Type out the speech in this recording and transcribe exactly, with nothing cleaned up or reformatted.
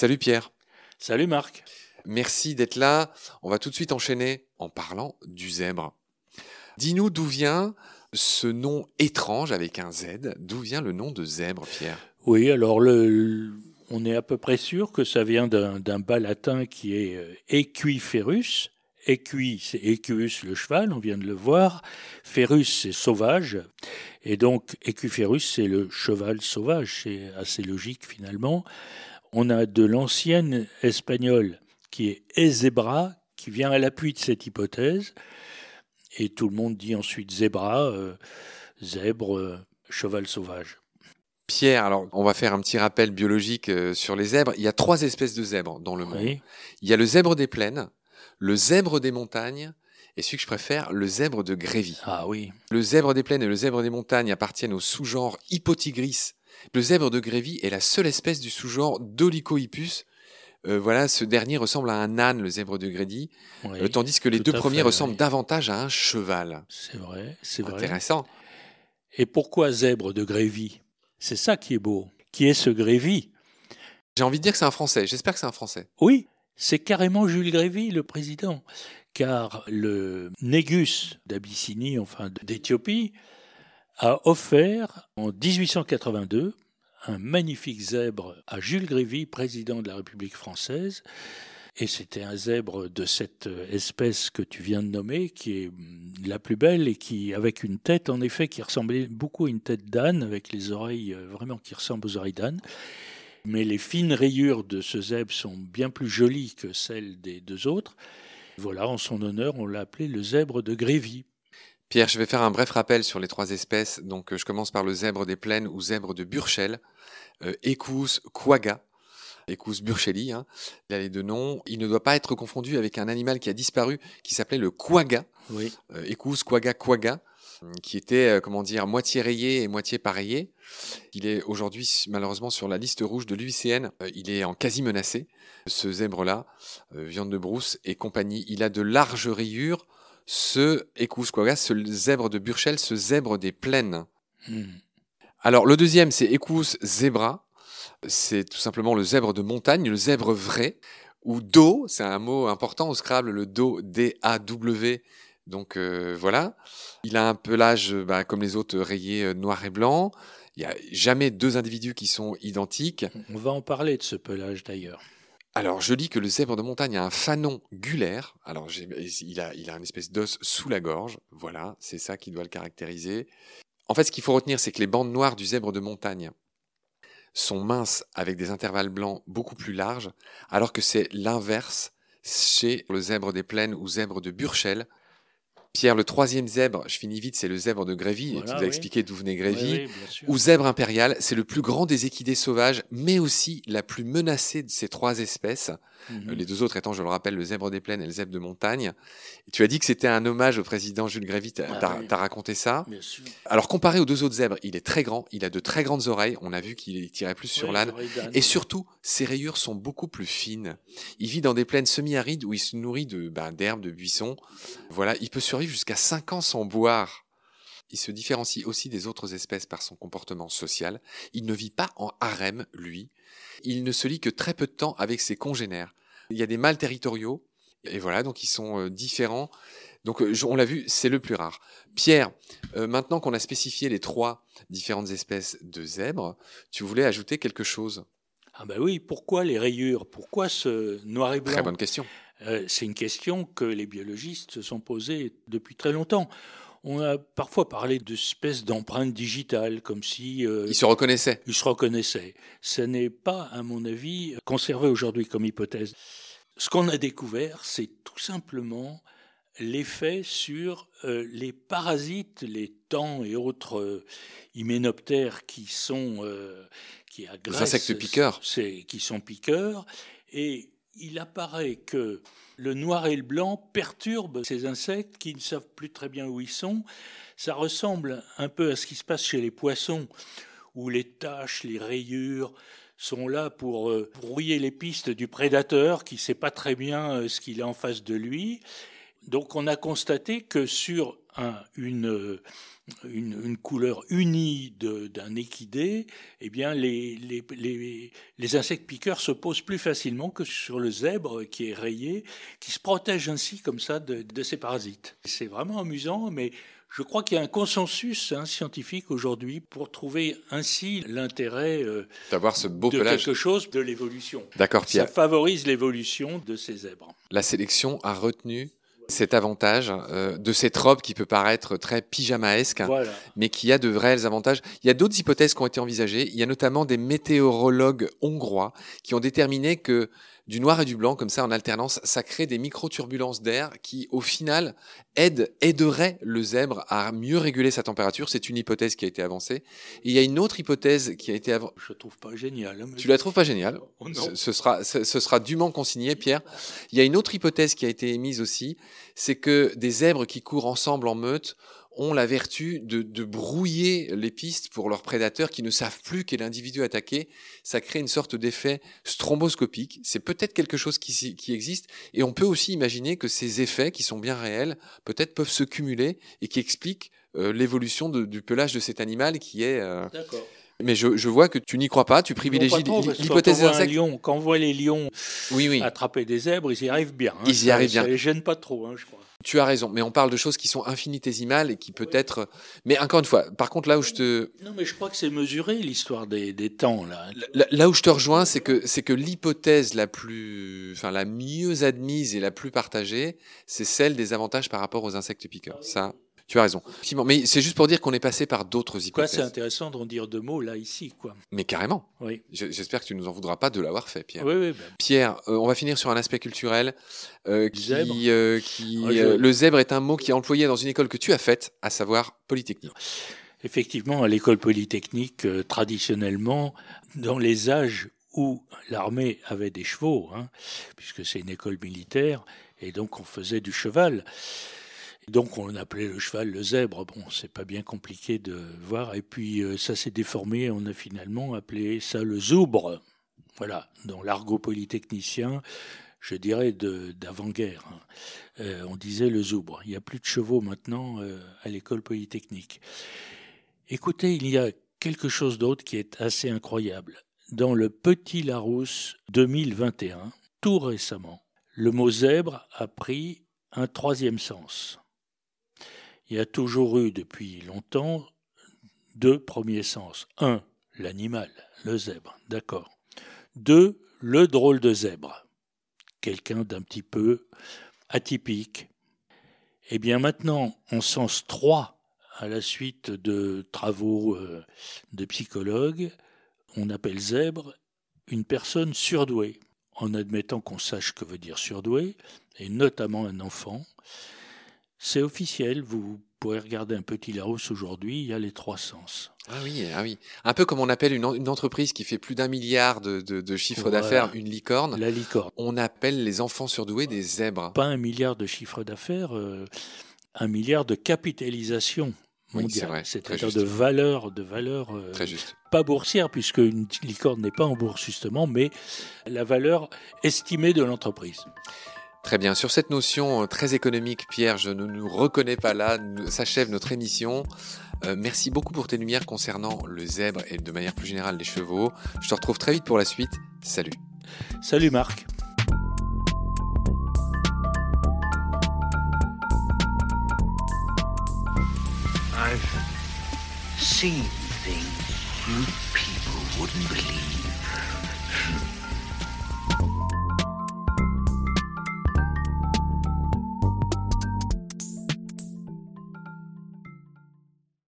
Salut Pierre. Salut Marc. Merci d'être là. On va tout de suite enchaîner en parlant du zèbre. Dis-nous d'où vient ce nom étrange avec un Z. D'où vient le nom de zèbre, Pierre? Oui, alors le, le- on est à peu près sûr que ça vient d'un, d'un bas latin qui est euh, equiferus. Equi, c'est Equus, le cheval, on vient de le voir. Ferus, c'est sauvage. Et donc, Equiferus, c'est le cheval sauvage. C'est assez logique finalement. On a de l'ancienne espagnole qui est ezebra, qui vient à l'appui de cette hypothèse. Et tout le monde dit ensuite zébra, euh, zèbre, euh, cheval sauvage. Pierre, alors on va faire un petit rappel biologique euh, sur les zèbres. Il y a trois espèces de zèbres dans le monde. Oui. Il y a le zèbre des plaines, le zèbre des montagnes et celui que je préfère, le zèbre de Grévy. Ah oui. Le zèbre des plaines et le zèbre des montagnes appartiennent au sous-genre Hippotigris. Le zèbre de Grévy est la seule espèce du sous-genre Dolichohippus. Euh, voilà, ce dernier ressemble à un âne, le zèbre de Grévy, Oui, euh, tandis que les tout deux à premiers fait, ressemblent oui. davantage à un cheval. C'est vrai, c'est vrai. Intéressant. Et pourquoi zèbre de Grévy? C'est ça qui est beau. Qui est ce Grévy? J'ai envie de dire que c'est un Français. J'espère que c'est un Français. Oui, c'est carrément Jules Grévy, le président. Car le Négus d'Abyssinie, enfin d'Éthiopie, a offert en dix-huit cent quatre-vingt-deux un magnifique zèbre à Jules Grévy, président de la République française. Et c'était un zèbre de cette espèce que tu viens de nommer, qui est la plus belle et qui, avec une tête en effet qui ressemblait beaucoup à une tête d'âne, avec les oreilles vraiment qui ressemblent aux oreilles d'âne. Mais les fines rayures de ce zèbre sont bien plus jolies que celles des deux autres. Voilà, en son honneur, on l'a appelé le zèbre de Grévy. Pierre, je vais faire un bref rappel sur les trois espèces. Donc, euh, je commence par le zèbre des plaines ou zèbre de Burchell, euh, Equus quagga, Equus burchelli. Hein. Il a les deux noms. Il ne doit pas être confondu avec un animal qui a disparu, qui s'appelait le quagga, Oui, euh, Equus quagga quagga, euh, qui était, euh, comment dire, moitié rayé et moitié pas rayé. Il est aujourd'hui malheureusement sur la liste rouge de l'U I C N. Euh, il est en quasi menacé. Ce zèbre-là, euh, viande de brousse et compagnie. Il a de larges rayures. Ce Equus quagga, ce zèbre de Burchell, ce zèbre des plaines. mmh. Alors le deuxième, c'est Equus zebra. C'est tout simplement le zèbre de montagne, le zèbre vrai. Ou do, c'est un mot important au Scrabble, le do, D A W. Donc euh, voilà. Il a un pelage euh, bah, comme les autres rayés euh, noir et blanc. Il n'y a jamais deux individus qui sont identiques. On va en parler de ce pelage d'ailleurs. Alors, je lis que le zèbre de montagne a un fanon gulaire. Alors, j'ai- il a, il a une espèce d'os sous la gorge. Voilà, c'est ça qui doit le caractériser. En fait, ce qu'il faut retenir, c'est que les bandes noires du zèbre de montagne sont minces avec des intervalles blancs beaucoup plus larges, alors que c'est l'inverse chez le zèbre des plaines ou zèbre de Burchell. Pierre, le troisième zèbre, je finis vite, c'est le zèbre de Grévy. Et tu Voilà, nous as oui. expliqué d'où venait Oui, Grévy. oui, bien sûr. Ou zèbre impérial, c'est le plus grand des équidés sauvages, mais aussi la plus menacée de ces trois espèces. Mhm. Euh, Les deux autres étant, je le rappelle, le zèbre des plaines et le zèbre de montagne. Et tu as dit que c'était un hommage au président Jules Grévy, tu as Ah oui. raconté ça. Bien sûr. Alors comparé aux deux autres zèbres, il est très grand, il a de très grandes oreilles, on a vu qu'il tirait plus sur Oui, l'âne. les oreilles d'âne, Et oui. surtout, ses rayures sont beaucoup plus fines. Il vit dans des plaines semi-arides où il se nourrit de ben, d'herbes, de buissons. Voilà, il peut survivre jusqu'à cinq ans sans boire. Il se différencie aussi des autres espèces par son comportement social. Il ne vit pas en harem, lui. Il ne se lie que très peu de temps avec ses congénères. Il y a des mâles territoriaux, et voilà, donc ils sont euh, différents. Donc euh, je- on l'a vu, c'est le plus rare. Pierre, euh, maintenant qu'on a spécifié les trois différentes espèces de zèbres, tu voulais ajouter quelque chose? Ah ben oui, pourquoi les rayures? Pourquoi ce noir et blanc? Très bonne question. Euh, c'est une question que les biologistes se sont posées depuis très longtemps. On a parfois parlé d'espèces d'empreintes digitales, comme si euh, Il se reconnaissait. ils se reconnaissaient. Ce n'est pas, à mon avis, conservé aujourd'hui comme hypothèse. Ce qu'on a découvert, c'est tout simplement l'effet sur euh, les parasites, les tans et autres euh, hyménoptères qui sont euh, qui agressent, Les insectes piqueurs. c'est- qui sont piqueurs, et il apparaît que le noir et le blanc perturbent ces insectes qui ne savent plus très bien où ils sont. Ça ressemble un peu à ce qui se passe chez les poissons, où les taches, les rayures sont là pour euh, brouiller les pistes du prédateur qui ne sait pas très bien euh, ce qu'il a en face de lui. Donc on a constaté que sur un, une, une, une couleur unie de, d'un équidé, eh bien les, les, les, les insectes piqueurs se posent plus facilement que sur le zèbre qui est rayé, qui se protège ainsi comme ça de, de ses parasites. C'est vraiment amusant, mais je crois qu'il y a un consensus hein, scientifique aujourd'hui pour trouver ainsi l'intérêt euh, d'avoir ce beau de pelage. quelque chose de l'évolution. D'accord, Pierre. Ça favorise l'évolution de ces zèbres. La sélection a retenu cet avantage euh, de cette robe qui peut paraître très pyjamaesque, Voilà. mais qui a de réels avantages. Il y a d'autres hypothèses qui ont été envisagées. Il y a notamment des météorologues hongrois qui ont déterminé que du noir et du blanc, comme ça en alternance, ça crée des micro-turbulences d'air qui, au final, aident, aideraient le zèbre à mieux réguler sa température. C'est une hypothèse qui a été avancée. Et il y a une autre hypothèse qui a été avancée. Je trouve pas génial. Hein, mais... Tu la trouves pas géniale? Oh non. ce, ce, sera, ce, ce sera dûment consigné, Pierre. Il y a une autre hypothèse qui a été émise aussi, c'est que des zèbres qui courent ensemble en meute ont la vertu de, de brouiller les pistes pour leurs prédateurs qui ne savent plus quel individu attaquer. Ça crée une sorte d'effet stromboscopique. C'est peut-être quelque chose qui, qui existe. Et on peut aussi imaginer que ces effets, qui sont bien réels, peut-être peuvent se cumuler et qui expliquent euh, l'évolution de, du pelage de cet animal qui est... Euh... D'accord. Mais je, je vois que tu n'y crois pas, tu privilégies l'hypothèse des insectes. Lion, quand on voit les lions oui, oui. attraper des zèbres, ils y arrivent bien. Hein. Ils y arrivent bien. Ça les gêne pas trop, hein, je crois. Tu as raison, mais on parle de choses qui sont infinitésimales et qui peut-être... Mais encore une fois, par contre, là où je te... Non, mais je crois que c'est mesuré, l'histoire des, des temps, là. là. Là où je te rejoins, c'est que, c'est que l'hypothèse la plus... Enfin, la mieux admise et la plus partagée, c'est celle des avantages par rapport aux insectes piqueurs. Ça... Tu as raison. Mais c'est juste pour dire qu'on est passé par d'autres hypothèses. Quoi, c'est intéressant d'en dire deux mots là, ici, quoi. Mais carrément. Oui. J'espère que tu ne nous en voudras pas de l'avoir fait, Pierre. Oui, oui. Ben... Pierre, euh, on va finir sur un aspect culturel. Euh, qui, zèbre. Euh, qui, oh, je... euh, le zèbre est un mot qui est employé dans une école que tu as faite, à savoir Polytechnique. Effectivement, à l'école Polytechnique, euh, traditionnellement, dans les âges où l'armée avait des chevaux, hein, puisque c'est une école militaire, et donc on faisait du cheval. Donc on appelait le cheval le zèbre. Bon, c'est pas bien compliqué de voir. Et puis euh, ça s'est déformé. On a finalement appelé ça le zoubre. Voilà, dans l'argot polytechnicien, je dirais de, d'avant-guerre. Hein. Euh, on disait le zoubre. Il n'y a plus de chevaux maintenant euh, à l'école polytechnique. Écoutez, il y a quelque chose d'autre qui est assez incroyable. Dans le Petit Larousse deux mille vingt et un, tout récemment, le mot zèbre a pris un troisième sens. Il y a toujours eu depuis longtemps deux premiers sens. Un, l'animal, le zèbre, d'accord. Deux, le drôle de zèbre, quelqu'un d'un petit peu atypique. Eh bien maintenant, en sens trois, à la suite de travaux euh, de psychologues, on appelle zèbre une personne surdouée, en admettant qu'on sache que veut dire surdoué, et notamment un enfant. C'est officiel, vous pourrez regarder un Petit Larousse aujourd'hui, il y a les trois sens. Ah oui, ah oui. Un peu comme on appelle une, une entreprise qui fait plus d'un milliard de, de, de chiffre voilà. d'affaires, une licorne. La licorne. On appelle les enfants surdoués des zèbres. Pas un milliard de chiffre d'affaires, euh, un milliard de capitalisation mondiale. Oui, c'est vrai, c'est-à-dire de valeur, de valeur euh, très juste. Pas boursière, puisque une licorne n'est pas en bourse justement, mais la valeur estimée de l'entreprise. Très bien. Sur cette notion très économique, Pierre, je ne nous reconnais pas là, s'achève notre émission. Euh, merci beaucoup pour tes lumières concernant le zèbre et de manière plus générale les chevaux. Je te retrouve très vite pour la suite. Salut. Salut Marc. I've seen things you people wouldn't believe.